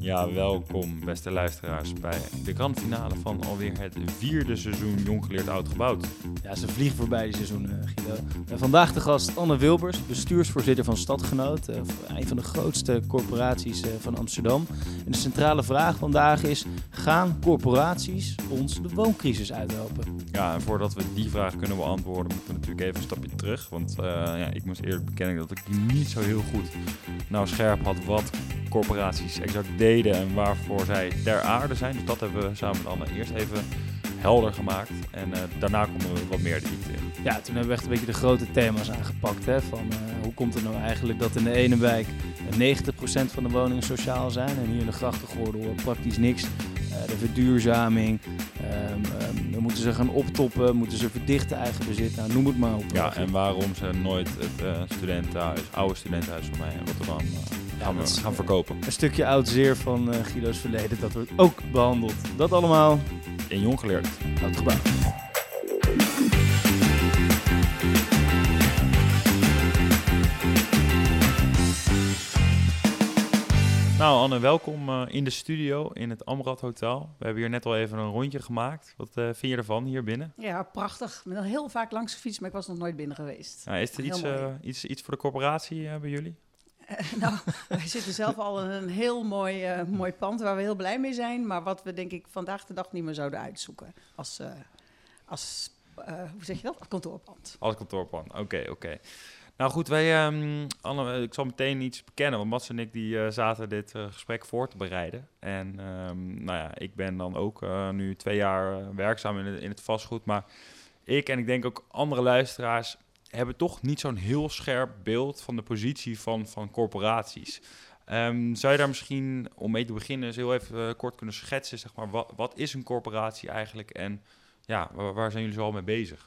Ja, welkom beste luisteraars bij de grandfinale van alweer het 4e seizoen Jong Geleerd Oud Gebouwd. Ja, ze vliegen voorbij die seizoenen, Guido. Vandaag de gast Anne Wilbers, bestuursvoorzitter van Stadgenoot. Een van de grootste corporaties van Amsterdam. En de centrale vraag vandaag is, gaan corporaties ons de wooncrisis uithelpen? Ja, en voordat we die vraag kunnen beantwoorden, moeten we natuurlijk even een stapje terug. Want ik moest eerlijk bekennen dat ik niet zo heel goed scherp had wat corporaties exact deden en waarvoor zij ter aarde zijn. Dus dat hebben we samen met Anne eerst even helder gemaakt. En daarna komen we wat meer de diepte in. Ja, toen hebben we echt een beetje de grote thema's aangepakt. Hè? Van hoe komt het nou eigenlijk dat in de ene wijk 90% van de woningen sociaal zijn en hier in de grachtengordel praktisch niks. De verduurzaming, dan moeten ze gaan optoppen, moeten ze verdichten eigen bezit, nou, noem het maar op. Ja, en waarom ze nooit het oude studentenhuis van mij in Rotterdam gaan verkopen. Een stukje oud zeer van Guido's verleden, dat wordt ook behandeld. Dat allemaal in Jong Geleerd Oud Gebouwd. Nou Anne, welkom in de studio in het Amrad Hotel. We hebben hier net al even een rondje gemaakt. Wat vind je ervan hier binnen? Ja, prachtig. Ik ben al heel vaak langs gefietst, maar ik was nog nooit binnen geweest. Is er iets voor de corporatie bij jullie? Wij zitten zelf al in een heel mooi pand waar we heel blij mee zijn. Maar wat we denk ik vandaag de dag niet meer zouden uitzoeken als hoe zeg je dat? Als kantoorpand. Als kantoorpand, oké. Nou goed, wij, Anne, ik zal meteen iets bekennen, want Mats en ik die zaten dit gesprek voor te bereiden. En ik ben dan ook nu 2 jaar werkzaam in het vastgoed, maar ik denk ook andere luisteraars hebben toch niet zo'n heel scherp beeld van de positie van corporaties. Zou je daar misschien, om mee te beginnen, eens heel even kort kunnen schetsen, zeg maar, wat is een corporatie eigenlijk en ja, waar zijn jullie zo al mee bezig?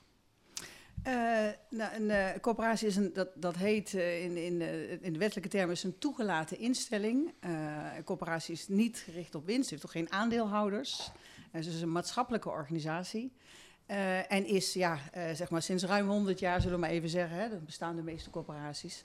Een corporatie is dat heet in de wettelijke termen is een toegelaten instelling. Een corporatie is niet gericht op winst, heeft toch geen aandeelhouders. Het is een maatschappelijke organisatie. En is zeg maar sinds ruim 100 jaar, zullen we maar even zeggen, hè, dat bestaan de meeste corporaties.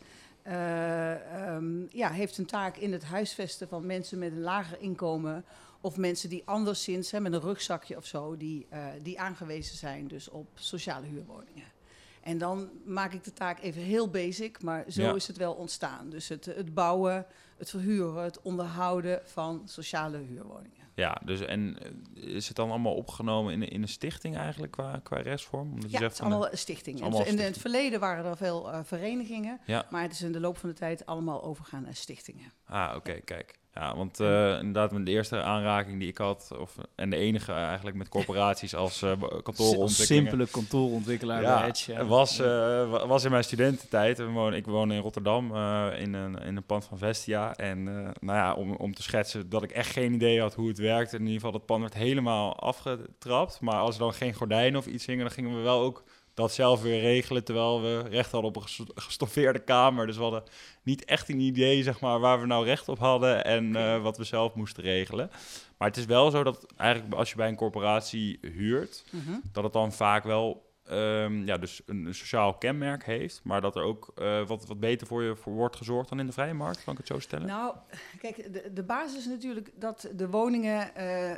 Heeft een taak in het huisvesten van mensen met een lager inkomen of mensen die anderszins met een rugzakje of zo, die aangewezen zijn dus op sociale huurwoningen. En dan maak ik de taak even heel basic, maar zo is het wel ontstaan. Dus het bouwen, het verhuren, het onderhouden van sociale huurwoningen. Ja, dus en is het dan allemaal opgenomen in een stichting eigenlijk qua rechtsvorm? Omdat het is allemaal stichtingen. In het verleden waren er veel verenigingen, maar het is in de loop van de tijd allemaal overgegaan naar stichtingen. Oké, kijk. Ja, want inderdaad, met de eerste aanraking die ik had, en de enige eigenlijk met corporaties als kantoorontwikkelaar. Simpele kantoorontwikkelaar bij Edge. Was in mijn studententijd. Ik woon in Rotterdam in een pand van Vestia. En om te schetsen dat ik echt geen idee had hoe het werkte. In ieder geval, dat pand werd helemaal afgetrapt. Maar als er dan geen gordijnen of iets hingen, dan gingen we wel ook dat zelf weer regelen, terwijl we recht hadden op een gestoffeerde kamer. Dus we hadden niet echt een idee, zeg maar, waar we nou recht op hadden en wat we zelf moesten regelen. Maar het is wel zo dat eigenlijk als je bij een corporatie huurt, dat het dan vaak wel dus een sociaal kenmerk heeft, maar dat er ook wat beter voor wordt gezorgd dan in de vrije markt, kan ik het zo stellen? Nou, kijk, de basis is natuurlijk dat de woningen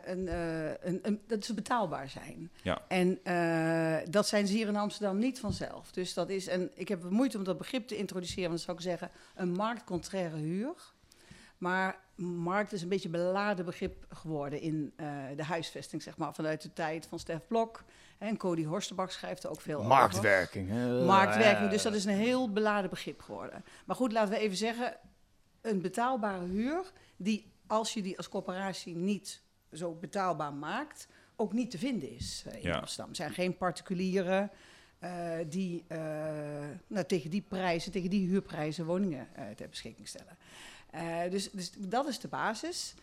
dat ze betaalbaar zijn. Ja. En dat zijn ze hier in Amsterdam niet vanzelf. Dus dat is, en ik heb moeite om dat begrip te introduceren, want dan zou ik zeggen, een marktcontraire huur. Maar markt is een beetje een beladen begrip geworden in de huisvesting, zeg maar, vanuit de tijd van Stef Blok. En Cody Horstenbach schrijft er ook veel Marktwerking. over. Marktwerking, dus dat is een heel beladen begrip geworden. Maar goed, laten we even zeggen, een betaalbare huur, die als je die als corporatie niet zo betaalbaar maakt, ook niet te vinden is in Amsterdam. Er zijn geen particulieren die tegen die prijzen, tegen die huurprijzen woningen ter beschikking stellen. Dus dat is de basis.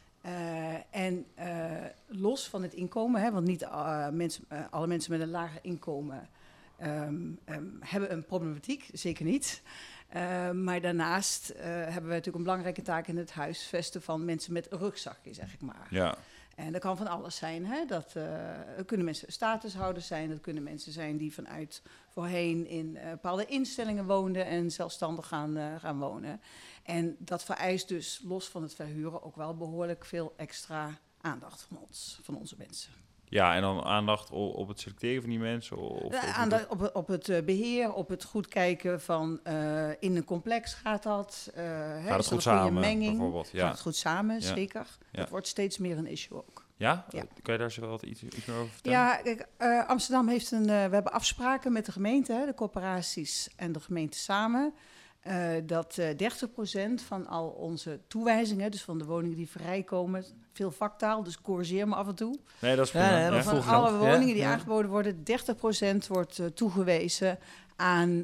Los van het inkomen, want niet alle mensen met een lager inkomen hebben een problematiek, zeker niet. Maar daarnaast hebben we natuurlijk een belangrijke taak in het huisvesten van mensen met rugzakjes, zeg ik maar. Ja. En dat kan van alles zijn. Hè? Dat kunnen mensen statushouders zijn. Dat kunnen mensen zijn die vanuit voorheen in bepaalde instellingen woonden en zelfstandig gaan wonen. En dat vereist dus, los van het verhuren, ook wel behoorlijk veel extra aandacht van onze mensen. Ja, en dan aandacht op het selecteren van die mensen? Aandacht op het beheer, op het goed kijken van in een complex gaat dat. Gaat het goed samen, bijvoorbeeld? Ja. Gaat het goed samen, zeker. Ja. Dat wordt steeds meer een issue ook. Ja? Ja. Kan je daar zo wat iets meer over vertellen? Ja, kijk, Amsterdam heeft we hebben afspraken met de gemeente, de corporaties en de gemeente samen. Dat 30% van al onze toewijzingen, dus van de woningen die vrijkomen, veel vaktaal, dus corrigeer me af en toe. Nee, dat is prima. Maar van alle woningen die aangeboden worden, 30% wordt toegewezen aan,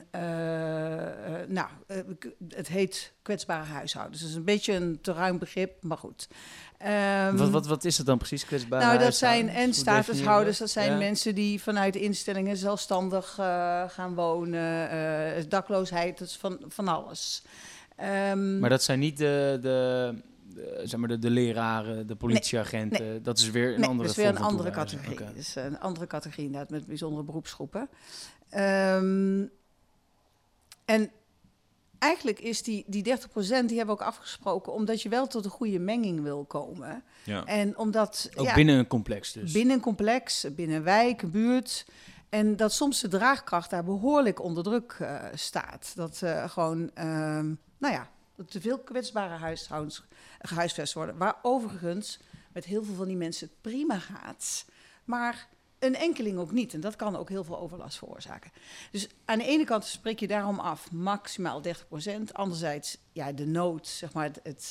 het heet kwetsbare huishoudens. Dus een beetje een te ruim begrip, maar goed. Wat is het dan precies, kwetsbare huishoudens? Dat zijn en statushouders, dat zijn mensen die vanuit de instellingen zelfstandig gaan wonen, dakloosheid, dat is van alles. Maar dat zijn niet de leraren, de politieagenten, nee. Dat is weer een andere categorie. Okay. Dat is een andere categorie inderdaad, met bijzondere beroepsgroepen. En eigenlijk is die 30%, die hebben we ook afgesproken, omdat je wel tot een goede menging wil komen. Ja. En omdat, ook binnen een complex dus. Binnen een complex, binnen een wijk, een buurt. En dat soms de draagkracht daar behoorlijk onder druk staat. Dat dat te veel kwetsbare huishoudens gehuisvest worden. Waar overigens met heel veel van die mensen het prima gaat. Maar een enkeling ook niet. En dat kan ook heel veel overlast veroorzaken. Dus aan de ene kant spreek je daarom af maximaal 30%. Anderzijds, de nood, zeg maar,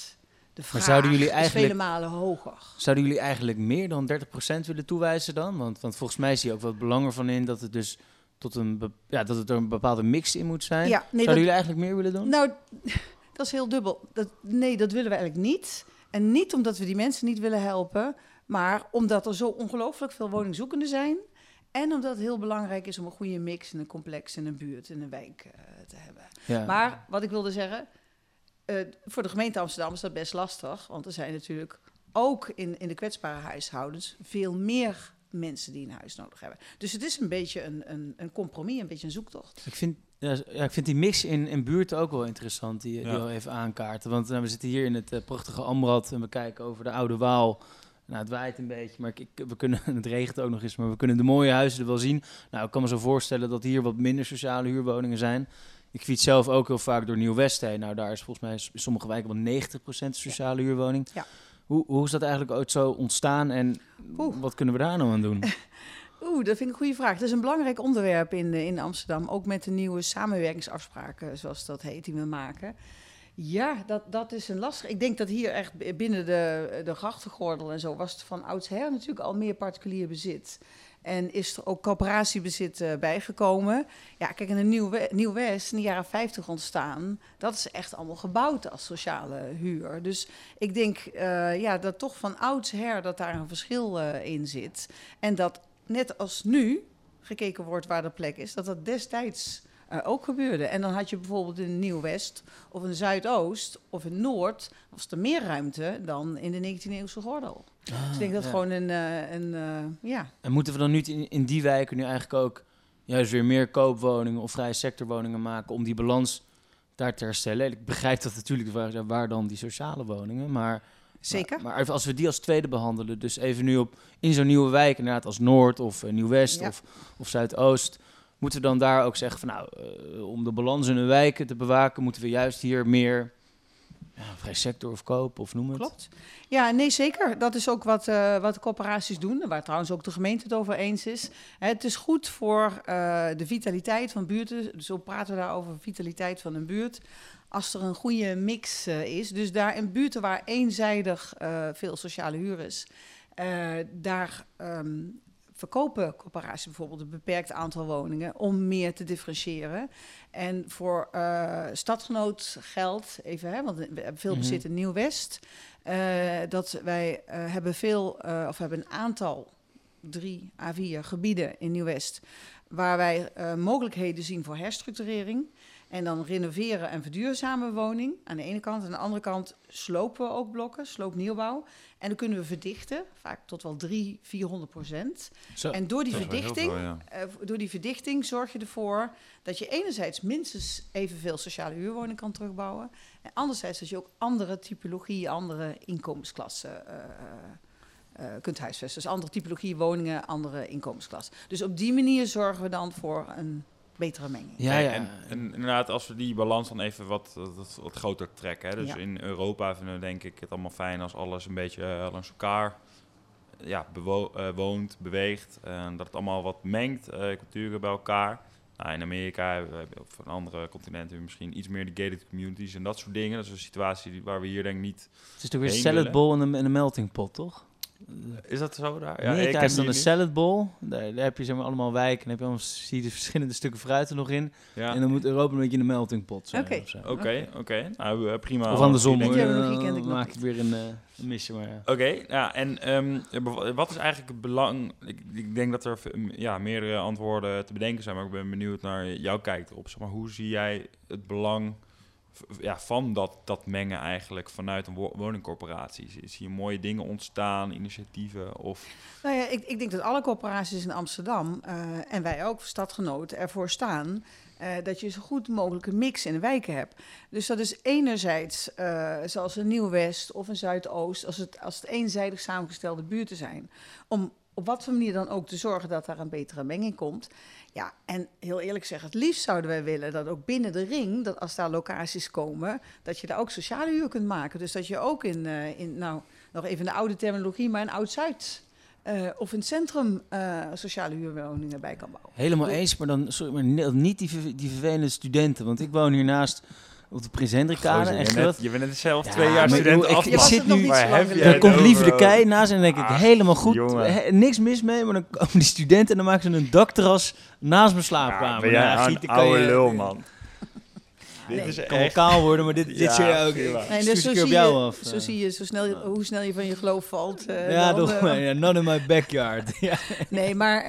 de vraag is vele malen hoger. Zouden jullie eigenlijk meer dan 30% willen toewijzen dan? Want volgens mij zie je ook wel het belang ervan in dat het dus dat het er een bepaalde mix in moet zijn. Ja, zouden jullie eigenlijk meer willen doen? Nou, dat is heel dubbel. Dat willen we eigenlijk niet. En niet omdat we die mensen niet willen helpen, maar omdat er zo ongelooflijk veel woningzoekenden zijn. En omdat het heel belangrijk is om een goede mix in een complex, in een buurt, in een wijk te hebben. Ja. Maar wat ik wilde zeggen, voor de gemeente Amsterdam is dat best lastig. Want er zijn natuurlijk ook in de kwetsbare huishoudens veel meer mensen die een huis nodig hebben. Dus het is een beetje een compromis, een beetje een zoektocht. Ik vind die mix in buurten ook wel interessant, die al even aankaarten. Want we zitten hier in het prachtige Amrad en we kijken over de Oude Waal. Nou, het waait een beetje, maar we kunnen, het regent ook nog eens, maar we kunnen de mooie huizen er wel zien. Nou, ik kan me zo voorstellen dat hier wat minder sociale huurwoningen zijn. Ik fiets zelf ook heel vaak door Nieuw-West heen. Nou, daar is volgens mij in sommige wijken wel 90% sociale huurwoning. Ja. Hoe is dat eigenlijk ooit zo ontstaan en wat kunnen we daar nou aan doen? Dat vind ik een goede vraag. Dat is een belangrijk onderwerp in Amsterdam. Ook met de nieuwe samenwerkingsafspraken, zoals dat heet, die we maken. Ja, dat is een lastig. Ik denk dat hier echt binnen de grachtengordel en zo was het van oudsher natuurlijk al meer particulier bezit. En is er ook coöperatiebezit bijgekomen. Ja, kijk, in Nieuw-West in de jaren 50 ontstaan. Dat is echt allemaal gebouwd als sociale huur. Dus ik denk dat toch van oudsher dat daar een verschil in zit. En dat net als nu gekeken wordt waar de plek is, dat destijds ook gebeurde. En dan had je bijvoorbeeld in Nieuw-West of in Zuidoost of in Noord, was er meer ruimte dan in de 19e-eeuwse gordel. Dus ik denk dat gewoon En moeten we dan nu in die wijken nu eigenlijk ook juist weer meer koopwoningen of vrije sectorwoningen maken om die balans daar te herstellen? Ik begrijp dat natuurlijk, waar dan die sociale woningen, maar zeker. Maar als we die als tweede behandelen, dus even nu in zo'n nieuwe wijk, inderdaad als Noord of Nieuw-West of Zuidoost, moeten we dan daar ook zeggen van om de balans in de wijken te bewaken, moeten we juist hier meer vrij sector of koop of noem het. Klopt. Ja, nee, zeker. Dat is ook wat de corporaties doen, waar trouwens ook de gemeente het over eens is. Het is goed voor de vitaliteit van buurten. Zo praten we daar over vitaliteit van een buurt. Als er een goede mix is, dus daar in buurten waar eenzijdig veel sociale huur is, daar verkopen corporaties bijvoorbeeld een beperkt aantal woningen om meer te differentiëren. En voor Stadgenoot geldt, even, want we hebben veel bezit in Nieuw-West, dat wij hebben een aantal 3 à 4 gebieden in Nieuw-West waar wij mogelijkheden zien voor herstructurering. En dan renoveren en verduurzamen woning aan de ene kant. Aan de andere kant slopen we ook blokken, sloopnieuwbouw. En dan kunnen we verdichten, vaak tot wel 300-400%. Zo. En door die Dat is wel heel verdichting, veel, door die verdichting zorg je ervoor dat je enerzijds minstens evenveel sociale huurwoning kan terugbouwen. En anderzijds dat je ook andere typologieën, andere inkomensklassen kunt huisvesten. Dus andere typologieën woningen, andere inkomensklassen. Dus op die manier zorgen we dan voor een betere menging. Ja, Nee, ja. En inderdaad, als we die balans dan even wat groter trekken. Hè? Dus Ja. in Europa vinden we denk ik het allemaal fijn als alles een beetje langs elkaar woont, beweegt. Dat het allemaal wat mengt, culturen bij elkaar. Nou, in Amerika of een andere continenten hebben we misschien iets meer de gated communities en dat soort dingen. Dat is een situatie waar we hier denk ik niet... Het is toch weer een heen salad willen. bowl en een melting pot, toch? Is dat zo daar? Amerika ik is dan ken een die salad bowl. Daar heb je zeg maar allemaal wijken. En heb je allemaal, zie je de verschillende stukken fruit er nog in. niet. Ja. En dan moet Europa een beetje een melting pot zijn. Oké. Of zo. Oké. Nou, prima. Of andersom Die hoor. denk Die ik- hebben we nog Dan niet, ken ik nog maak ik niet. weer een misje. Maar ja. Oké, ja, en wat is eigenlijk het belang? Ik denk dat er meerdere antwoorden te bedenken zijn, maar ik ben benieuwd naar jouw kijk erop. Zeg maar, hoe zie jij het belang van dat mengen eigenlijk vanuit een woningcorporatie? Zie je mooie dingen ontstaan, initiatieven? Of... Nou ja, ik denk dat alle corporaties in Amsterdam en wij ook, stadgenoten, ervoor staan dat je zo goed mogelijk een mix in de wijken hebt. Dus dat is enerzijds, zoals een Nieuw-West of een Zuidoost, als het eenzijdig samengestelde buurten zijn, om op wat voor manier dan ook te zorgen dat daar een betere menging komt. Ja, en heel eerlijk gezegd, het liefst zouden wij willen dat ook binnen de ring, dat als daar locaties komen, dat je daar ook sociale huur kunt maken. Dus dat je ook nog even de oude terminologie, maar in Oud-Zuid of in het centrum sociale huurwoningen bij kan bouwen. Helemaal eens, maar dan niet die vervelende studenten. Want ik woon hiernaast op de Prins Hendrikkade. Gozer, je bent net zelf Ja, 2 jaar maar student joh, af. ik zit nu- Waar heb je Daar het komt Lieve de over? Kei naast en dan denk ik helemaal goed. jongen. Niks mis mee, maar dan komen die studenten en dan maken ze een dakterras naast mijn Ja, slaapkamer. ben jij Nou, een gieten kan oude je- lul, man. Dit Nee. is kan wel echt... kaal worden, maar dit Ja, zie je ook. prima. Ik Nee, stuur dus ze een zo keer op zie jou je, af. zo zie je hoe snel je van je geloof valt. Ja, dan, toch? Ja, not in my backyard. Ja. Nee, maar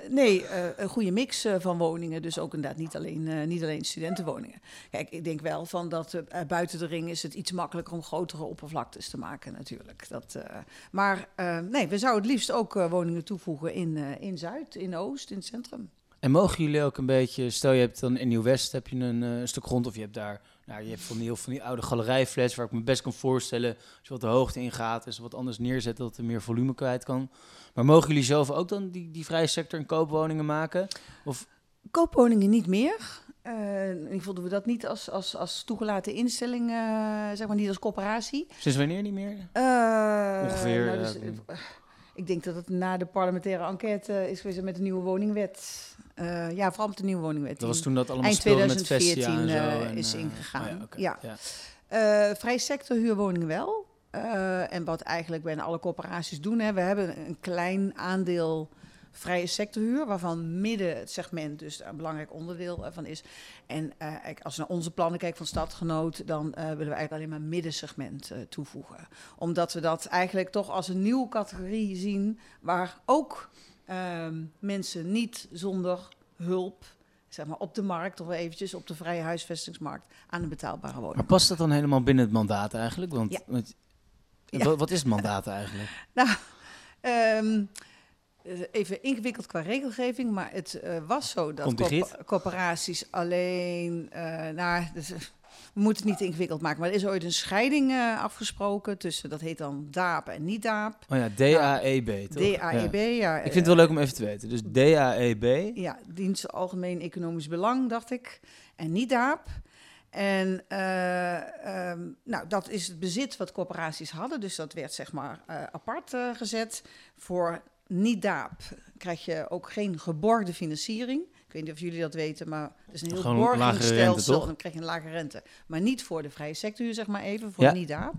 een goede mix van woningen. Dus ook inderdaad niet alleen studentenwoningen. Kijk, ik denk wel van dat buiten de ring is het iets makkelijker om grotere oppervlaktes te maken natuurlijk. Maar we zouden het liefst ook woningen toevoegen in Zuid, in Oost, in het centrum. En mogen jullie ook een beetje, stel je hebt dan in Nieuw-West heb je een stuk grond of je hebt daar, je hebt heel van die oude galerijflats waar ik me best kan voorstellen, als je wat de hoogte ingaat, dus wat anders neerzet, dat er meer volume kwijt kan. Maar mogen jullie zelf ook dan die vrije sector en koopwoningen maken? Of Koopwoningen niet meer. In ieder geval doen we dat niet als toegelaten instelling, zeg maar niet als corporatie. sinds wanneer niet meer? Ongeveer, Nou, dus, ik denk dat het na de parlementaire enquête is geweest met de nieuwe woningwet. Vooral met de nieuwe woningwet. Dat was toen dat allemaal eind speelde met 2014 Vestia en zo. En, is ingegaan. oké, Ja. ja. Vrij sector huurwoningen wel. En wat eigenlijk bijna alle corporaties doen. Hè, we hebben een klein aandeel vrije sectorhuur, waarvan midden het segment dus een belangrijk onderdeel van is. En als we naar onze plannen kijken van Stadgenoot, dan willen we eigenlijk alleen maar middensegment toevoegen. Omdat we dat eigenlijk toch als een nieuwe categorie zien, waar ook mensen niet zonder hulp, zeg maar op de markt of eventjes op de vrije huisvestingsmarkt aan een betaalbare woning. Maar past dat dan helemaal binnen het mandaat eigenlijk? Want, Ja. want wat is het mandaat eigenlijk? Nou, even ingewikkeld qua regelgeving, maar het was zo dat Contingent? corporaties alleen... we moeten het niet ingewikkeld maken, maar er is ooit een scheiding afgesproken tussen, dat heet dan DAEB en niet-DAEB. Oh ja, DAEB, toch? DAEB, ja. Ik vind het wel leuk om even te weten. Dus DAEB. Ja, dienst algemeen economisch belang, dacht ik. En niet DAEB. En dat is het bezit wat corporaties hadden. Dus dat werd zeg maar apart gezet. Voor niet-DAEB krijg je ook geen geborgde financiering. Ik weet niet of jullie dat weten, maar het is een heel Gewoon lagere rente, borgingsstelsel. toch? Dan krijg je een lage rente. Maar niet voor de vrije sector, zeg maar even, voor Ja. niet-DAEB.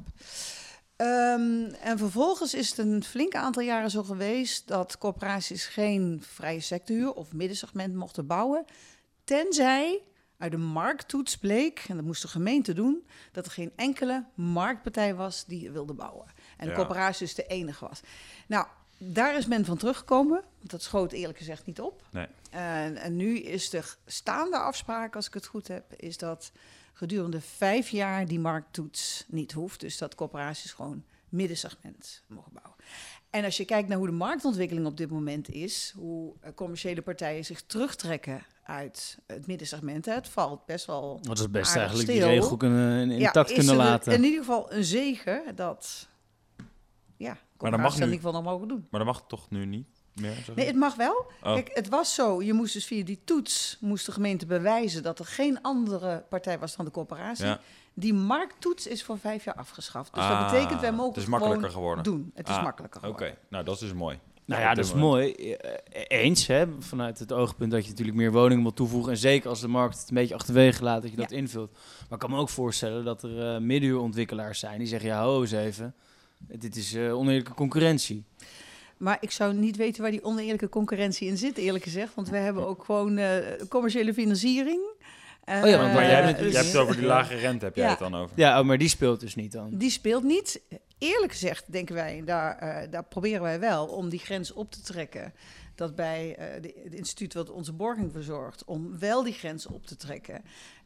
En vervolgens is het een flink aantal jaren zo geweest dat corporaties geen vrije sectorhuur of middensegment mochten bouwen, tenzij uit de markttoets bleek, en dat moest de gemeente doen, dat er geen enkele marktpartij was die wilde bouwen. En de Ja. corporatie dus de enige was. Nou, Daar is men van teruggekomen. Dat schoot eerlijk gezegd niet op. Nee. En nu is de staande afspraak, als ik het goed heb, is dat gedurende 5 jaar die markttoets niet hoeft. Dus dat corporaties gewoon middensegment mogen bouwen. En als je kijkt naar hoe de marktontwikkeling op dit moment is, hoe commerciële partijen zich terugtrekken uit het middensegment, het valt best wel. Dat is best aardig eigenlijk stil. die regel intact is kunnen er laten. in ieder geval een zegen dat corporaties dat in ieder geval nog mogen doen. Maar dat mag toch nu niet meer? Zeg Nee, het mag wel. Oh. Kijk, het was zo, je moest dus via die toets, moest de gemeente bewijzen dat er geen andere partij was dan de corporatie. Ja. Die markttoets is voor 5 jaar afgeschaft. Dus dat betekent, wij mogen het is gewoon makkelijker geworden. doen. Het is makkelijker Oké, geworden. nou dat is dus mooi. Nou ja, dat is mooi. Eens, hè, vanuit het oogpunt dat je natuurlijk meer woningen wil toevoegen. En zeker als de markt het een beetje achterwege laat, dat je dat invult. Maar ik kan me ook voorstellen dat er middenhuurontwikkelaars zijn die zeggen, ja, ho eens even, dit is oneerlijke concurrentie. Maar ik zou niet weten waar die oneerlijke concurrentie in zit, eerlijk gezegd. Want we hebben ook gewoon commerciële financiering. Maar jij Maar jij hebt dus- het over die lage rente, heb jij Ja. het dan over? Ja, maar die speelt dus niet dan. Die speelt niet. Eerlijk gezegd denken wij, daar proberen wij wel om die grens op te trekken. Dat bij het instituut wat onze borging verzorgt, om wel die grens op te trekken.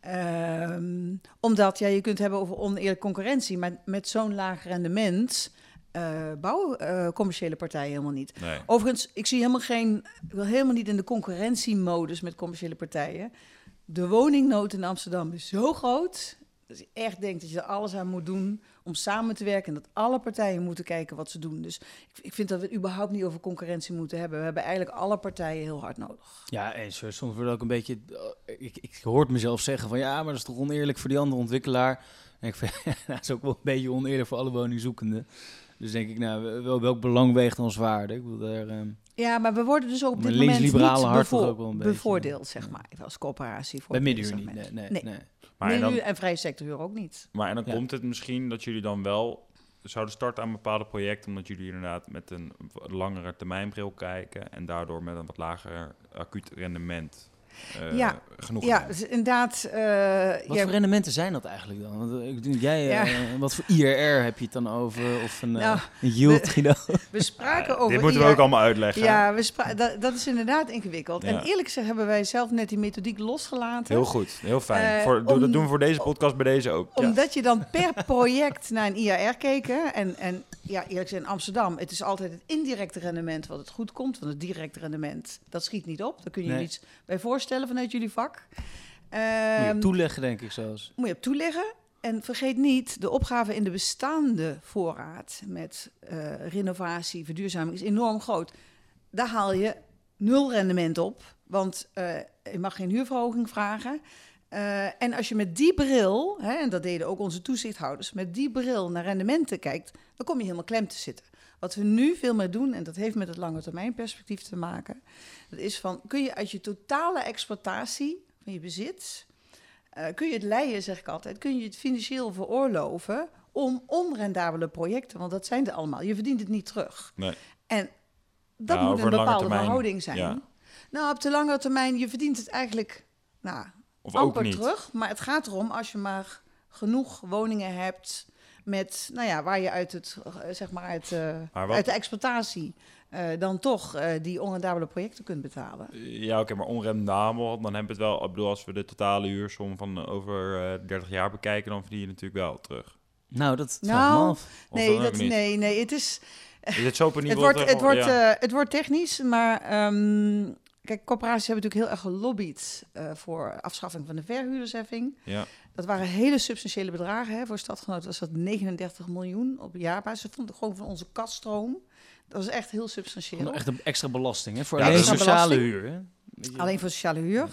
Omdat je kunt hebben over oneerlijke concurrentie, maar met zo'n laag rendement bouwen commerciële partijen helemaal niet. Nee. Overigens, ik wil helemaal niet in de concurrentiemodus met commerciële partijen. De woningnood in Amsterdam is zo groot dat je echt denkt dat je er alles aan moet doen om samen te werken. En dat alle partijen moeten kijken wat ze doen. Dus ik vind dat we het überhaupt niet over concurrentie moeten hebben. We hebben eigenlijk alle partijen heel hard nodig. Ja, eens. Soms wordt het ook een beetje... Ik hoor het mezelf zeggen van, ja, maar dat is toch oneerlijk voor die andere ontwikkelaar. En ik vind, dat is ook wel een beetje oneerlijk voor alle woningzoekenden. Dus denk ik, nou, welk belang weegt ons zwaarder? Ik bedoel, daar... Ja, maar we worden dus ook op dit Mijn moment linksliberale niet hart toch ook wel een beetje. bevoordeeld, zeg maar, als coöperatie. Voor Bij het middenhuur niet, middensegment. nee. Maar Middenhuur en vrije sectorhuur ook niet. Maar en dan Ja. komt het misschien dat jullie dan wel zouden starten aan bepaalde projecten, omdat jullie inderdaad met een langere termijnbril kijken en daardoor met een wat lager acuut rendement genoeg Ja, hebben. dus inderdaad. Wat voor rendementen zijn dat eigenlijk dan? Want, ik denk, wat voor IRR heb je het dan over? Of een yield, Guido? We spraken over Dit moeten we ook allemaal uitleggen. Ja, dat is inderdaad ingewikkeld. Ja. En eerlijk gezegd hebben wij zelf net die methodiek losgelaten. Heel goed, heel fijn. om- Dat doen we voor deze podcast bij deze ook. Omdat je dan per project naar een IRR keken. En ja, eerlijk gezegd in Amsterdam, het is altijd het indirecte rendement wat het goed komt. Want het directe rendement, dat schiet niet op. Daar kun je je iets bij voorstellen vanuit jullie vak. Moet je toeleggen, denk ik zelfs. Moet je op toeleggen. En vergeet niet, de opgave in de bestaande voorraad met renovatie, verduurzaming is enorm groot. Daar haal je 0 rendement op, want je mag geen huurverhoging vragen. En als je met die bril, en dat deden ook onze toezichthouders, met die bril naar rendementen kijkt, dan kom je helemaal klem te zitten. Wat we nu veel meer doen, en dat heeft met het lange termijn perspectief te maken, dat is van, kun je uit je totale exploitatie van je bezit, kun je het leiden, zeg ik altijd, kun je het financieel veroorloven om onrendabele projecten, want dat zijn er allemaal. Je verdient het niet terug. Nee. En dat moet over een lange bepaalde termijn, verhouding zijn. ja. Nou, op de lange termijn, je verdient het eigenlijk Of ook amper niet. terug. Maar het gaat erom, als je maar genoeg woningen hebt met, waar je uit het, zeg maar, uit de exploitatie dan toch die onrendabele projecten kunt betalen. Ja, oké, maar onrendabel, dan hebben we het wel. Ik bedoel, als we de totale huursom van over 30 jaar bekijken, dan verdien je natuurlijk wel terug. Nou, dat vraag ik me af. Of dan ook niet? Nee, het is... Is het zo op een niveau? Het wordt technisch, maar kijk, corporaties hebben natuurlijk heel erg gelobbyd voor afschaffing van de verhuurdersheffing. Ja. Dat waren hele substantiële bedragen. Hè. Voor stadgenoten was dat 39 miljoen op jaarbasis. Ze vonden gewoon van onze kasstroom. Dat was echt heel substantieel. Echt een extra belasting, hè? Voor Ja, alleen extra sociale belasting. huur, hè? Alleen voor sociale huur.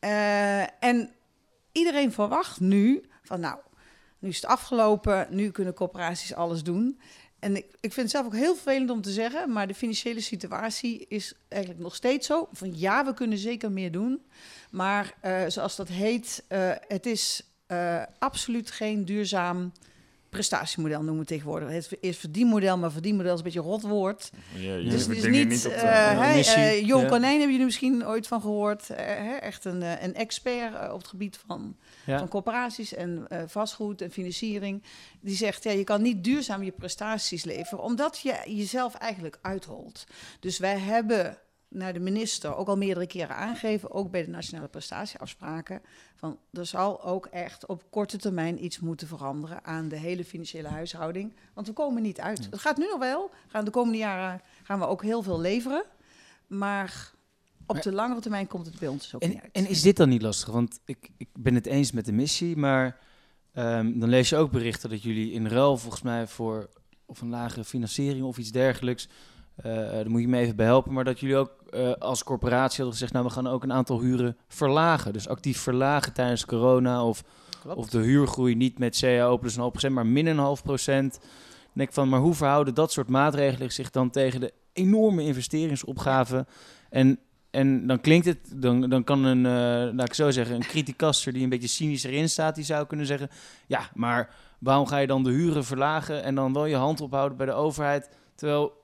En iedereen verwacht nu van, nu is het afgelopen, nu kunnen corporaties alles doen. En ik vind het zelf ook heel vervelend om te zeggen, maar de financiële situatie is eigenlijk nog steeds zo. Van ja, we kunnen zeker meer doen. Maar zoals dat heet, het is absoluut geen duurzaam prestatiemodel noemen we tegenwoordig. Het is verdienmodel, maar verdienmodel is een beetje een rot woord. Je Dus het is dingen niet... op de missie. Jon Ja. Konijn hebben jullie misschien ooit van gehoord. Echt een expert op het gebied van corporaties en vastgoed en financiering. Die zegt, je kan niet duurzaam je prestaties leveren, omdat je jezelf eigenlijk uitholt. Dus wij hebben naar de minister ook al meerdere keren aangegeven, ook bij de nationale prestatieafspraken, van er zal ook echt op korte termijn iets moeten veranderen aan de hele financiële huishouding. Want we komen niet uit. Het gaat nu nog wel. De komende jaren gaan we ook heel veel leveren. Maar op de langere termijn komt het bij ons dus ook niet uit. En is dit dan niet lastig? Want ik ben het eens met de missie, maar dan lees je ook berichten dat jullie in ruil volgens mij voor of een lagere financiering of iets dergelijks, daar moet je me even bij helpen, maar dat jullie ook als corporatie hadden gezegd, nou we gaan ook een aantal huren verlagen. Dus actief verlagen tijdens corona of de huurgroei niet met CAO plus 0,5%, maar min 0,5%. Dan denk ik van, maar hoe verhouden dat soort maatregelen zich dan tegen de enorme investeringsopgave? En dan klinkt het, dan kan laat ik zo zeggen, een criticaster die een beetje cynisch erin staat, die zou kunnen zeggen, ja, maar waarom ga je dan de huren verlagen en dan wel je hand ophouden bij de overheid? Terwijl,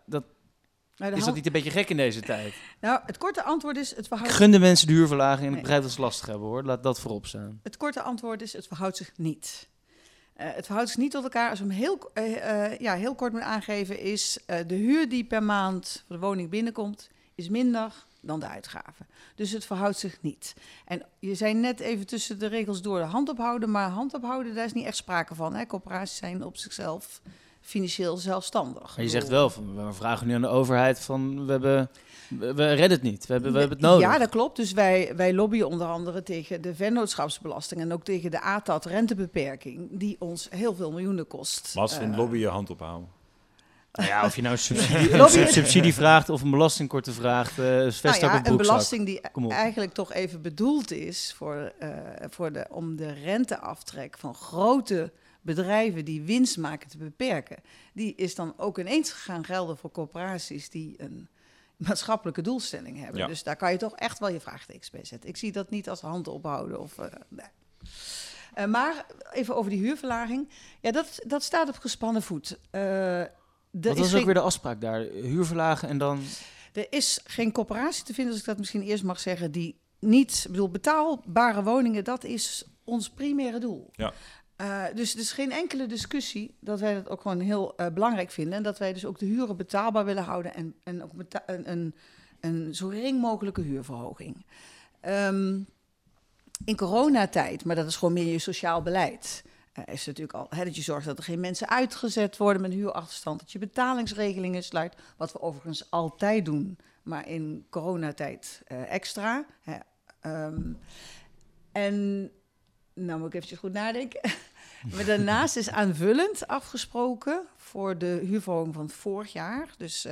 is dat niet een beetje gek in deze tijd? Nou, het korte antwoord is, het verhoudt... Ik gun de mensen de huurverlaging en ik begrijp dat ze lastig hebben, hoor. Laat dat voorop staan. Het korte antwoord is, het verhoudt zich niet. Het verhoudt zich niet tot elkaar. Als we hem heel kort moet aangeven, is de huur die per maand voor de woning binnenkomt, is minder dan de uitgaven. Dus het verhoudt zich niet. En je zei net even tussen de regels door de hand ophouden, maar hand ophouden, daar is niet echt sprake van. Hè? Corporaties zijn op zichzelf financieel zelfstandig. Maar je zegt wel, we vragen nu aan de overheid van, we redden het niet, we hebben het nodig. Ja, dat klopt. Dus wij lobbyen onder andere tegen de vennootschapsbelasting en ook tegen de ATAT rentebeperking, die ons heel veel miljoenen kost. Maar als we een lobby je hand ophouden. Nou ja, of je nou een subsidie vraagt of een belastingkorting vraagt, een belasting die eigenlijk toch even bedoeld is om de renteaftrek van grote bedrijven die winst maken te beperken. Die is dan ook ineens gaan gelden voor corporaties die een maatschappelijke doelstelling hebben. Ja. Dus daar kan je toch echt wel je vraagtekens bij zetten. Ik zie dat niet als hand ophouden of... nee. Maar even over die huurverlaging. Ja, dat staat op gespannen voet. Wat was ook weer de afspraak daar? Huurverlagen en dan... Er is geen corporatie te vinden, als ik dat misschien eerst mag zeggen, die niet... betaalbare woningen, dat is ons primaire doel. Ja. Dus er is geen enkele discussie dat wij dat ook gewoon heel belangrijk vinden. En dat wij dus ook de huren betaalbaar willen houden en ook een zo gering mogelijke huurverhoging. In coronatijd, maar dat is gewoon meer je sociaal beleid, is het natuurlijk al dat je zorgt dat er geen mensen uitgezet worden met een huurachterstand, dat je betalingsregelingen sluit, wat we overigens altijd doen, maar in coronatijd extra. En nou moet ik eventjes goed nadenken. Maar daarnaast is aanvullend afgesproken voor de huurverhoging van vorig jaar. Dus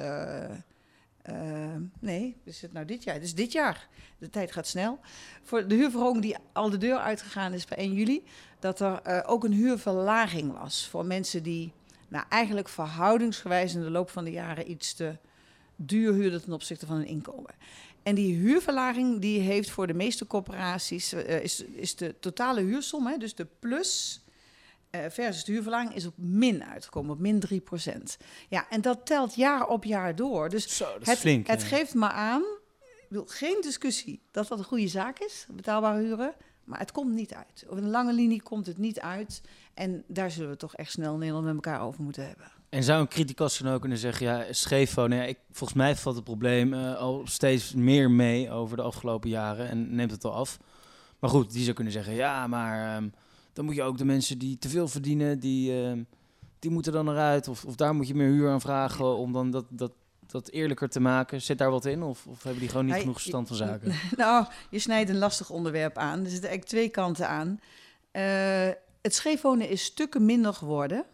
is het nou dit jaar? Het is dit jaar. De tijd gaat snel. Voor de huurverhoging die al de deur uitgegaan is per 1 juli... dat er ook een huurverlaging was voor mensen die eigenlijk verhoudingsgewijs in de loop van de jaren iets te duur huurden ten opzichte van hun inkomen. En die huurverlaging die heeft voor de meeste corporaties is de totale huursom, dus de plus versus de huurverlaging, is op min uitgekomen, op min 3%. Ja, en dat telt jaar op jaar door. Dus zo, dat is flink. Het geeft maar aan, geen discussie dat een goede zaak is, betaalbare huren, maar het komt niet uit. Op een lange linie komt het niet uit. En daar zullen we toch echt snel in Nederland met elkaar over moeten hebben. En zou een criticus dan ook kunnen zeggen, ja, scheef wonen. Volgens mij valt het probleem al steeds meer mee over de afgelopen jaren en neemt het al af. Maar goed, die zou kunnen zeggen, ja, maar dan moet je ook de mensen die te veel verdienen, die moeten dan eruit. Of daar moet je meer huur aan vragen om dan dat eerlijker te maken. Zit daar wat in? Of hebben die gewoon niet genoeg verstand van zaken? Nou, je snijdt een lastig onderwerp aan. Er zitten eigenlijk 2 kanten aan. Het scheef wonen is stukken minder geworden.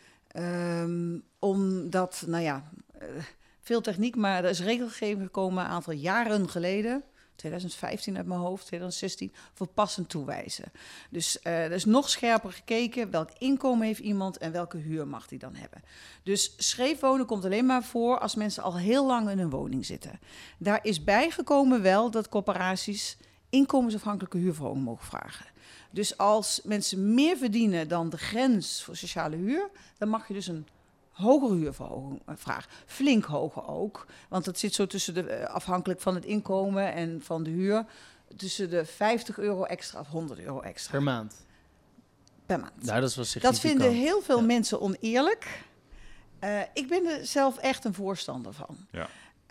Omdat, veel techniek, maar er is regelgeving gekomen een aantal jaren geleden, 2015 uit mijn hoofd, 2016, voor passend toewijzen. Dus er is nog scherper gekeken welk inkomen heeft iemand en welke huur mag die dan hebben. Dus scheef wonen komt alleen maar voor als mensen al heel lang in een woning zitten. Daar is bijgekomen wel dat corporaties inkomensafhankelijke huurverhoging mogen vragen. Dus als mensen meer verdienen dan de grens voor sociale huur, dan mag je dus een hogere huurverhoging vragen. Flink hoger ook, want dat zit zo tussen afhankelijk van het inkomen en van de huur, tussen de €50 extra of €100 extra. Per maand? Per maand. Nou, dat is wel significant. Dat vinden heel veel mensen oneerlijk. Ik ben er zelf echt een voorstander van. Ja.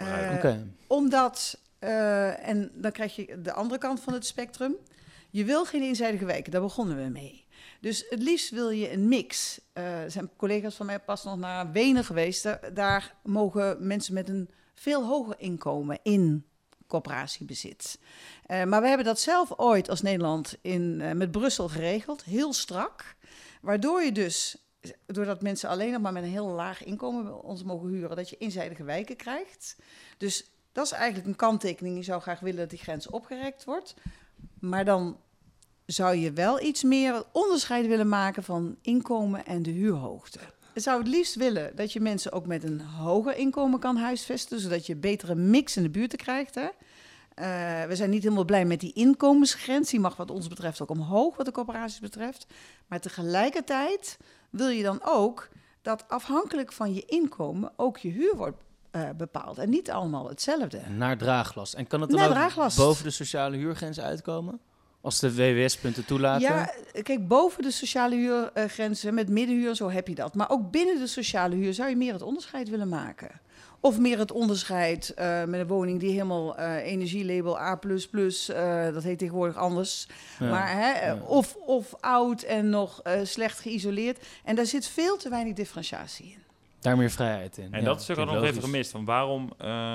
Omdat, en dan krijg je de andere kant van het spectrum. Je wil geen eenzijdige wijken, daar begonnen we mee. Dus het liefst wil je een mix. Er zijn collega's van mij pas nog naar Wenen geweest. Daar mogen mensen met een veel hoger inkomen in corporatiebezit. Maar we hebben dat zelf ooit als Nederland met Brussel geregeld, heel strak. Waardoor je dus, doordat mensen alleen nog maar met een heel laag inkomen bij ons mogen huren, dat je eenzijdige wijken krijgt. Dus dat is eigenlijk een kanttekening. Je zou graag willen dat die grens opgerekt wordt. Maar dan zou je wel iets meer onderscheid willen maken van inkomen en de huurhoogte. Ik zou het liefst willen dat je mensen ook met een hoger inkomen kan huisvesten, zodat je betere mix in de buurten krijgt. Hè? We zijn niet helemaal blij met die inkomensgrens. Die mag wat ons betreft ook omhoog, wat de corporaties betreft. Maar tegelijkertijd wil je dan ook dat afhankelijk van je inkomen ook je huur wordt bepaald. En niet allemaal hetzelfde. Naar draaglast. En kan het dan ook boven de sociale huurgrens uitkomen? Als de WWS-punten toelaten? Ja, kijk, boven de sociale huurgrenzen met middenhuur en zo heb je dat. Maar ook binnen de sociale huur zou je meer het onderscheid willen maken. Of meer het onderscheid met een woning die helemaal energielabel A++, dat heet tegenwoordig anders. Ja, maar, of oud en nog slecht geïsoleerd. En daar zit veel te weinig differentiatie in. Daar meer vrijheid in. En dat is er al nog even gemist. Van waarom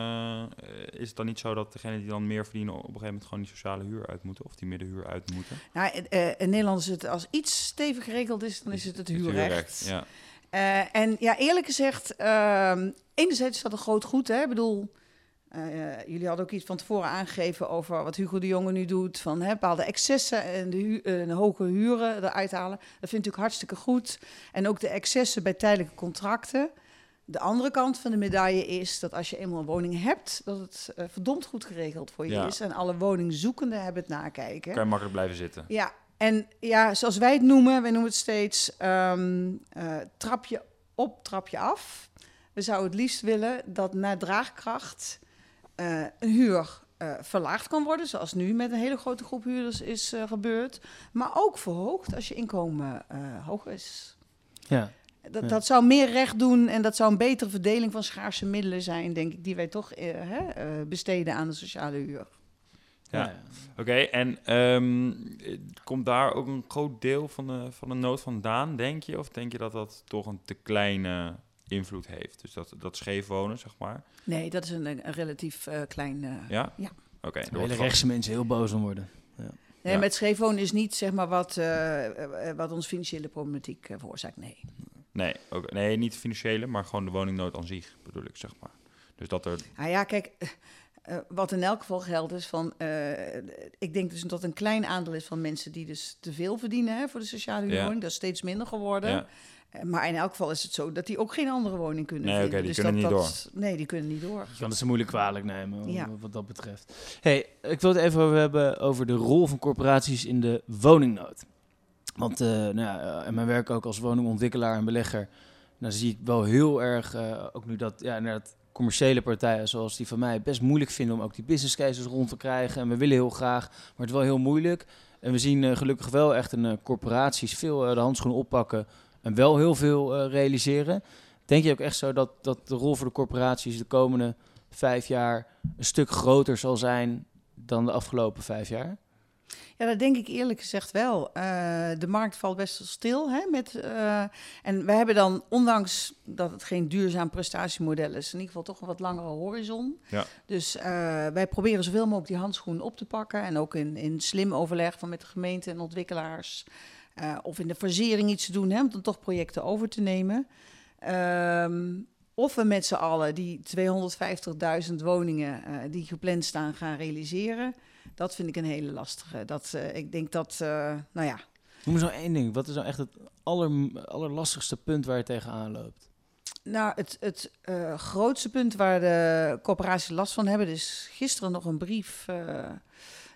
is het dan niet zo dat degenen die dan meer verdienen op een gegeven moment gewoon die sociale huur uit moeten of die middenhuur uit moeten? Nou, in Nederland is het, als iets stevig geregeld is, dan is het huurrecht. Ja. En ja, eerlijk gezegd, enerzijds is dat een groot goed. Hè? Ik bedoel, jullie hadden ook iets van tevoren aangegeven over wat Hugo de Jonge nu doet, van bepaalde excessen en de hoge huren eruit halen. Dat vind ik natuurlijk hartstikke goed. En ook de excessen bij tijdelijke contracten. De andere kant van de medaille is dat als je eenmaal een woning hebt, dat het verdomd goed geregeld voor je is. En alle woningzoekenden hebben het nakijken. Kan je makkelijk blijven zitten. Ja, en ja, zoals wij het noemen, wij noemen het steeds trapje op, trapje af. We zouden het liefst willen dat naar draagkracht een huur verlaagd kan worden, zoals nu met een hele grote groep huurders is gebeurd. Maar ook verhoogd als je inkomen hoger is. Ja. Dat zou meer recht doen en dat zou een betere verdeling van schaarse middelen zijn, denk ik, die wij toch besteden aan de sociale huur. Ja, oké. En komt daar ook een groot deel van de nood vandaan, denk je? Of denk je dat dat toch een te kleine invloed heeft? Dus dat scheef wonen, zeg maar? Nee, dat is een relatief klein... Ja? Oké. De hele rechtse mensen heel boos om worden. Ja. Nee, met scheef wonen is niet, zeg maar, wat ons financiële problematiek veroorzaakt, nee. Nee, niet financiële, maar gewoon de woningnood aan zich, bedoel ik, zeg maar. Dus dat er... Nou ja, kijk... wat in elk geval geldt is van... ik denk dus dat een klein aandeel is van mensen die dus te veel verdienen voor de sociale huurwoning. Dat is steeds minder geworden. Ja. Maar in elk geval is het zo dat die ook geen andere woning kunnen vinden. Nee, die kunnen niet door. Nee, die kunnen niet door. Je kan het ze moeilijk kwalijk nemen, wat dat betreft. Hey, ik wil het even hebben over de rol van corporaties in de woningnood. Want in mijn werk ook als woningontwikkelaar en belegger... dan zie ik wel heel erg, ook nu dat... inderdaad, commerciële partijen zoals die van mij best moeilijk vinden om ook die business cases rond te krijgen. En we willen heel graag, maar het is wel heel moeilijk. En we zien gelukkig wel echt corporaties veel de handschoenen oppakken en wel heel veel realiseren. Denk je ook echt zo dat de rol voor de corporaties de komende 5 jaar een stuk groter zal zijn dan de afgelopen 5 jaar? Ja, dat denk ik eerlijk gezegd wel. De markt valt best wel stil. En we hebben dan, ondanks dat het geen duurzaam prestatiemodel is... in ieder geval toch een wat langere horizon. Ja. Dus wij proberen zoveel mogelijk die handschoenen op te pakken... en ook in slim overleg met de gemeente en ontwikkelaars... of in de verzering iets te doen, om dan toch projecten over te nemen... Of we met z'n allen die 250.000 woningen die gepland staan gaan realiseren... Dat vind ik een hele lastige. Ik denk dat, Noem me zo één ding. Wat is nou echt het allerlastigste punt waar je tegenaan loopt? Nou, het grootste punt waar de corporaties last van hebben... is gisteren nog een brief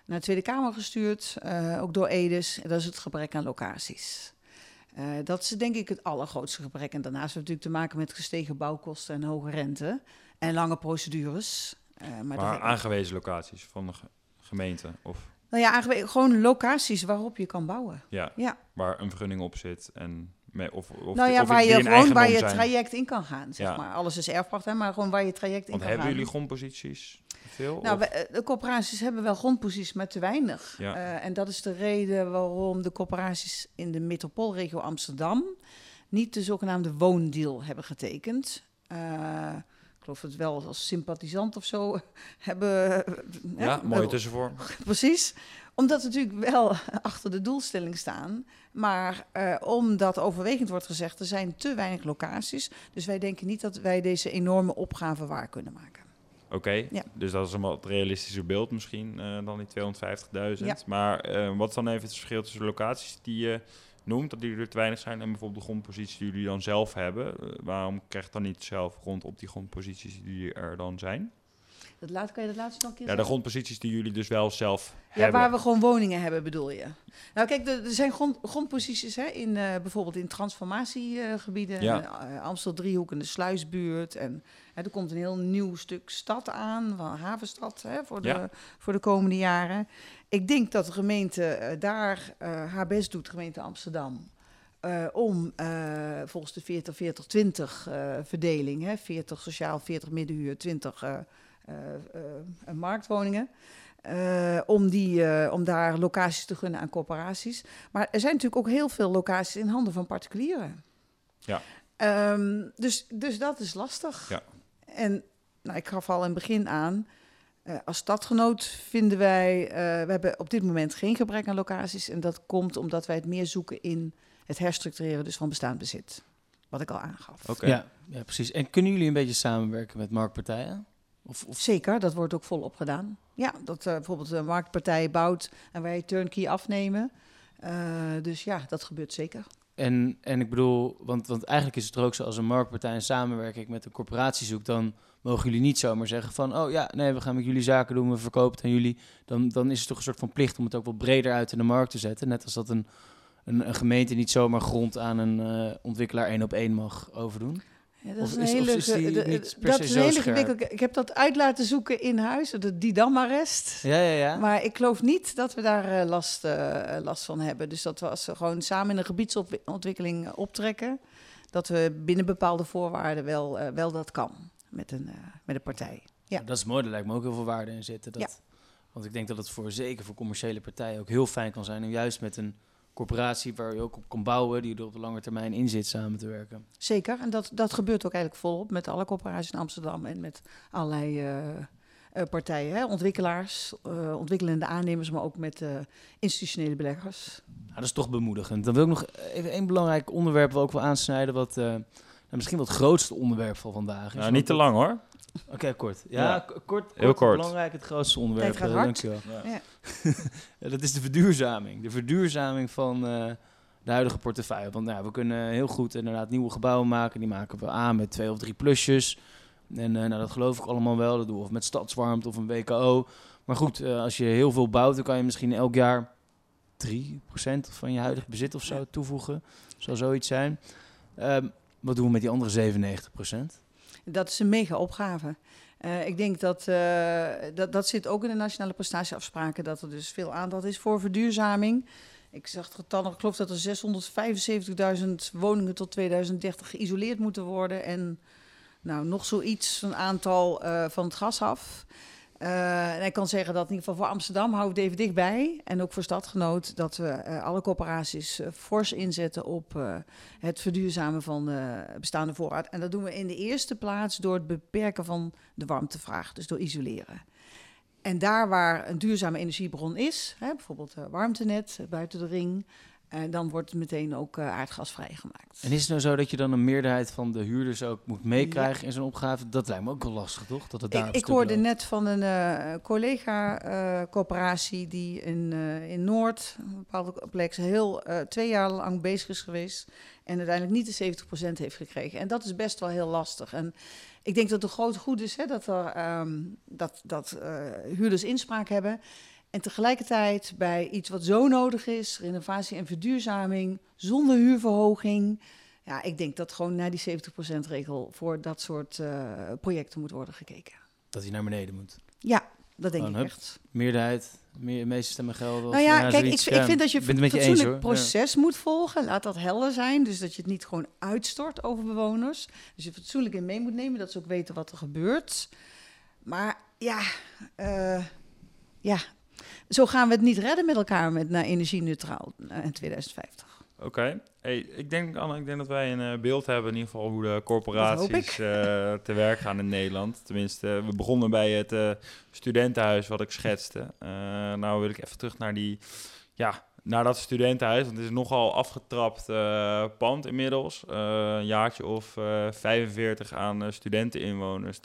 naar de Tweede Kamer gestuurd, ook door Edes. Dat is het gebrek aan locaties. Dat is denk ik het allergrootste gebrek. En daarnaast hebben we natuurlijk te maken met gestegen bouwkosten en hoge rente en lange procedures. Maar aangewezen locaties van de gemeente? Of? Nou ja, gewoon locaties waarop je kan bouwen. Ja. Waar een vergunning op zit en... waar je traject in kan gaan, zeg maar. Alles is erfpacht, hè, maar gewoon waar je traject in kan gaan. Want hebben jullie grondposities? Veel? Nou, de corporaties hebben wel grondposities, maar te weinig. Ja. En dat is de reden waarom de corporaties in de metropoolregio Amsterdam niet de zogenaamde woondeal hebben getekend. Ik geloof het wel als sympathisant of zo hebben... Ja, mooie tussenvorm. Precies. Omdat we natuurlijk wel achter de doelstelling staan. Maar omdat overwegend wordt gezegd, er zijn te weinig locaties. Dus wij denken niet dat wij deze enorme opgave waar kunnen maken. Oké, dus dat is een wat realistischer beeld misschien dan die 250.000. Ja. Maar wat is dan even het verschil tussen de locaties die je noemt, dat die er te weinig zijn, en bijvoorbeeld de grondposities die jullie dan zelf hebben? Waarom krijg je dan niet zelf grond op die grondposities die er dan zijn? Kan je dat laatste nog een keer Ja, zeggen? de grondposities die jullie dus wel zelf hebben. Ja, waar we gewoon woningen hebben, bedoel je? Nou kijk, er zijn grondposities hè, bijvoorbeeld in transformatiegebieden. Amstel-Driehoek en de Sluisbuurt. En er komt een heel nieuw stuk stad aan, van havenstad, hè, voor de komende jaren. Ik denk dat de gemeente daar haar best doet, gemeente Amsterdam. Om volgens de 40-40-20 verdeling, hè, 40 sociaal, 40 middenhuur, 20 marktwoningen. Om daar locaties te gunnen aan corporaties. Maar er zijn natuurlijk ook heel veel locaties in handen van particulieren. Ja. Dus dat is lastig. Ja. En ik gaf al in het begin aan, als stadgenoot vinden wij, we hebben op dit moment geen gebrek aan locaties. En dat komt omdat wij het meer zoeken in het herstructureren dus van bestaand bezit. Wat ik al aangaf. Okay. Ja, precies. En kunnen jullie een beetje samenwerken met marktpartijen? Of... Zeker, dat wordt ook volop gedaan. Ja, dat bijvoorbeeld een marktpartij bouwt en wij turnkey afnemen. Dus ja, dat gebeurt zeker. En ik bedoel, want eigenlijk is het er ook zo, als een marktpartij een samenwerking met een corporatie zoekt, dan mogen jullie niet zomaar zeggen van, we gaan met jullie zaken doen, we verkopen het aan jullie. Dan is het toch een soort van plicht om het ook wel breder uit in de markt te zetten. Net als dat een gemeente niet zomaar grond aan een ontwikkelaar 1-op-1 mag overdoen. Ja, dat is een hele gewikkelde. Ik heb dat uit laten zoeken in huis, de Didam-arrest. Ja. Maar ik geloof niet dat we daar last van hebben. Dus dat we als we gewoon samen in een gebiedsontwikkeling optrekken, dat we binnen bepaalde voorwaarden wel dat kan met een partij. Ja. Dat is mooi, daar lijkt me ook heel veel waarde in zitten. Want ik denk dat het zeker voor commerciële partijen ook heel fijn kan zijn om juist met een corporatie waar je ook op kan bouwen, die er op de lange termijn in zit, samen te werken. Zeker, en dat gebeurt ook eigenlijk volop met alle corporaties in Amsterdam en met allerlei partijen, hè? Ontwikkelaars, ontwikkelende aannemers, maar ook met institutionele beleggers. Nou, dat is toch bemoedigend. Dan wil ik nog even één belangrijk onderwerp wel ook wel aansnijden, wat misschien wel het grootste onderwerp van vandaag is. Nou, niet te lang hoor. Oké, kort. Ja, kort. Heel kort. Belangrijk, het grootste onderwerp. Tijd gaat hard. Dankjewel. Ja. Ja, dat is de verduurzaming. De verduurzaming van de huidige portefeuille. Want we kunnen heel goed inderdaad nieuwe gebouwen maken. Die maken we aan met 2 of 3 plusjes. En dat geloof ik allemaal wel. Dat doen we of met stadswarmte of een WKO. Maar goed, als je heel veel bouwt, dan kan je misschien elk jaar 3% van je huidige bezit of zo toevoegen. Zou zoiets zijn. Wat doen we met die andere 97%? Dat is een mega opgave. Ik denk dat zit ook in de nationale prestatieafspraken, dat er dus veel aandacht is voor verduurzaming. Ik zag het getal, ik geloof dat er 675.000 woningen tot 2030 geïsoleerd moeten worden. En nog zoiets, een aantal van het gas af. En ik kan zeggen dat in ieder geval voor Amsterdam houden we het even dichtbij. En ook voor stadgenoot dat we alle corporaties fors inzetten op het verduurzamen van bestaande voorraad. En dat doen we in de eerste plaats door het beperken van de warmtevraag, dus door isoleren. En daar waar een duurzame energiebron is, bijvoorbeeld warmtenet buiten de ring, dan wordt het meteen ook aardgas vrijgemaakt. En is het nou zo dat je dan een meerderheid van de huurders ook moet meekrijgen in zo'n opgave? Dat lijkt me ook wel lastig, toch? Dat het ik hoorde net van een collega-coöperatie die in Noord, een bepaalde plek, 2 jaar lang bezig is geweest en uiteindelijk niet de 70% heeft gekregen. En dat is best wel heel lastig. En ik denk dat het een groot goed is dat huurders inspraak hebben. En tegelijkertijd bij iets wat zo nodig is, renovatie en verduurzaming, zonder huurverhoging. Ja, ik denk dat gewoon naar die 70%-regel voor dat soort projecten moet worden gekeken. Dat hij naar beneden moet. Ja, dat denk Gewoon, ik hup. echt. Meerderheid, meeste stemmen gelden. Nou ja, kijk, ik vind dat je ben het met je een eens, fatsoenlijk hoor. proces moet volgen. Laat dat helder zijn. Dus dat je het niet gewoon uitstort over bewoners. Dus je fatsoenlijk in mee moet nemen, dat ze ook weten wat er gebeurt. Maar ja, zo gaan we het niet redden met elkaar naar energie-neutraal in 2050. Oké. Hey, ik denk dat wij een beeld hebben in ieder geval hoe de corporaties te werk gaan in Nederland. Tenminste, we begonnen bij het studentenhuis wat ik schetste. Nou wil ik even terug naar dat studentenhuis. Want het is nogal afgetrapt pand inmiddels. Een jaartje of 45 aan studenteninwoners.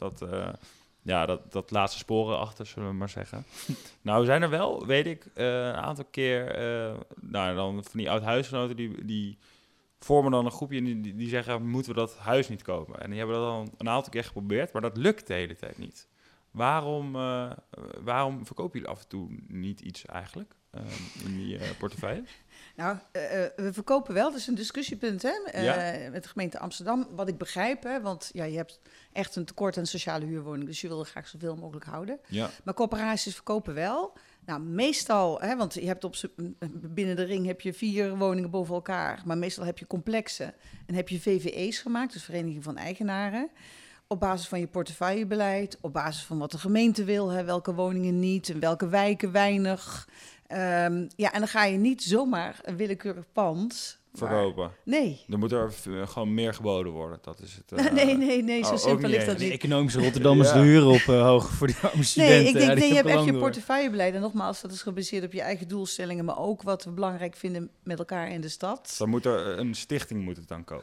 Dat laat zijn sporen achter, zullen we maar zeggen. Nou zijn er wel, weet ik, een aantal keer... dan van die oud-huisgenoten die vormen dan een groepje... en die zeggen, moeten we dat huis niet kopen? En die hebben dat al een aantal keer geprobeerd, maar dat lukt de hele tijd niet. Waarom verkopen jullie af en toe niet iets eigenlijk in die portefeuille? Nou, we verkopen wel, dat is een discussiepunt hè, met de gemeente Amsterdam. Wat ik begrijp, hè, want je hebt echt een tekort aan sociale huurwoningen, dus je wil er graag zoveel mogelijk houden. Ja. Maar corporaties verkopen wel. Nou, meestal, hè, want je hebt binnen de ring heb je 4 woningen boven elkaar, maar meestal heb je complexen en heb je VVE's gemaakt, dus Vereniging van Eigenaren. Op basis van je portefeuillebeleid, op basis van wat de gemeente wil, hè, welke woningen niet, en welke wijken weinig. En dan ga je niet zomaar een willekeurig pand verkopen. Nee. Dan moet er gewoon meer geboden worden. Dat is het. Nee, zo simpel ligt dat niet. De economische Rotterdammers de huren op hoog voor die arme studenten. Nee, ik denk, je hebt echt je portefeuillebeleid. En nogmaals, dat is gebaseerd op je eigen doelstellingen, maar ook wat we belangrijk vinden met elkaar in de stad. Dan moet er een stichting moet het dan kopen.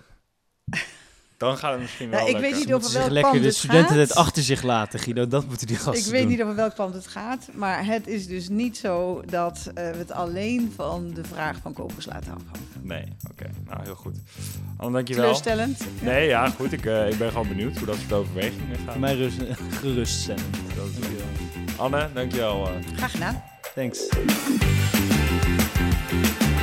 Dan gaat het misschien wel ik weet niet over welk lekker pand de het studenten gaat. het achter zich laten, Guido. Dat moeten die gasten doen. Ik weet niet over welk pand het gaat. Maar het is dus niet zo dat we het alleen van de vraag van kopers laten afhangen. Nee, oké. Nou, heel goed. Anne, dankjewel. Teleurstellend. Nee, ja, goed. Ik ben gewoon benieuwd hoe dat soort overwegingen gaan. Voor mij geruststellend. Anne, dankjewel. Graag gedaan. Thanks.